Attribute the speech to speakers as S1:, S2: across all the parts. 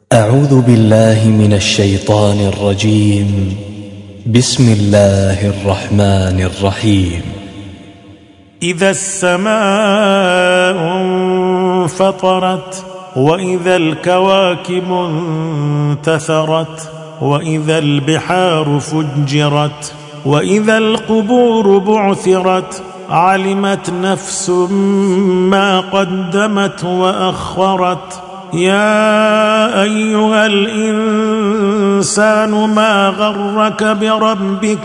S1: أعوذ بالله من الشيطان الرجيم. بسم الله الرحمن الرحيم.
S2: إذا السماء انفطرت، وإذا الكواكب انتثرت، وإذا البحار فجرت، وإذا القبور بعثرت، علمت نفس ما قدمت وأخرت. يا أيها الإنسان ما غرك بربك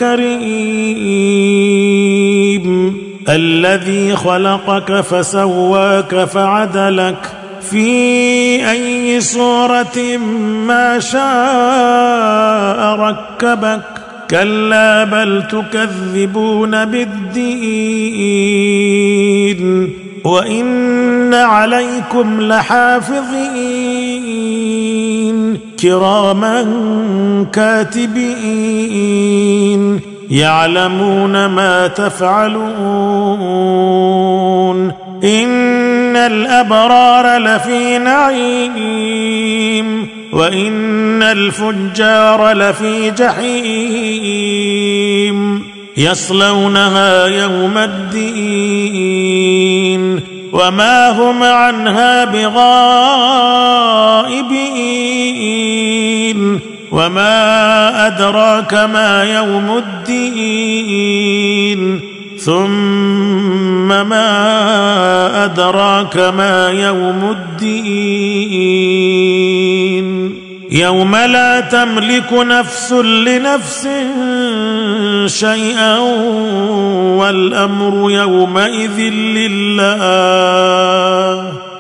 S2: الكريم الذي خلقك فسواك فعدلك في أي صورة ما شاء ركبك. كلا بل تكذبون بالدين، وإن عليكم لحافظين كراما كاتبين يعلمون ما تفعلون. إن الأبرار لفي نعيم، وإن الفجار لفي جحيم يصلونها يوم الدين وما هم عنها بغائبين. وما أدراك ما يوم الدين، ثم ما أدراك ما يوم الدين. يوم لا تملك نفس لنفس شيئا والأمر يومئذ لله.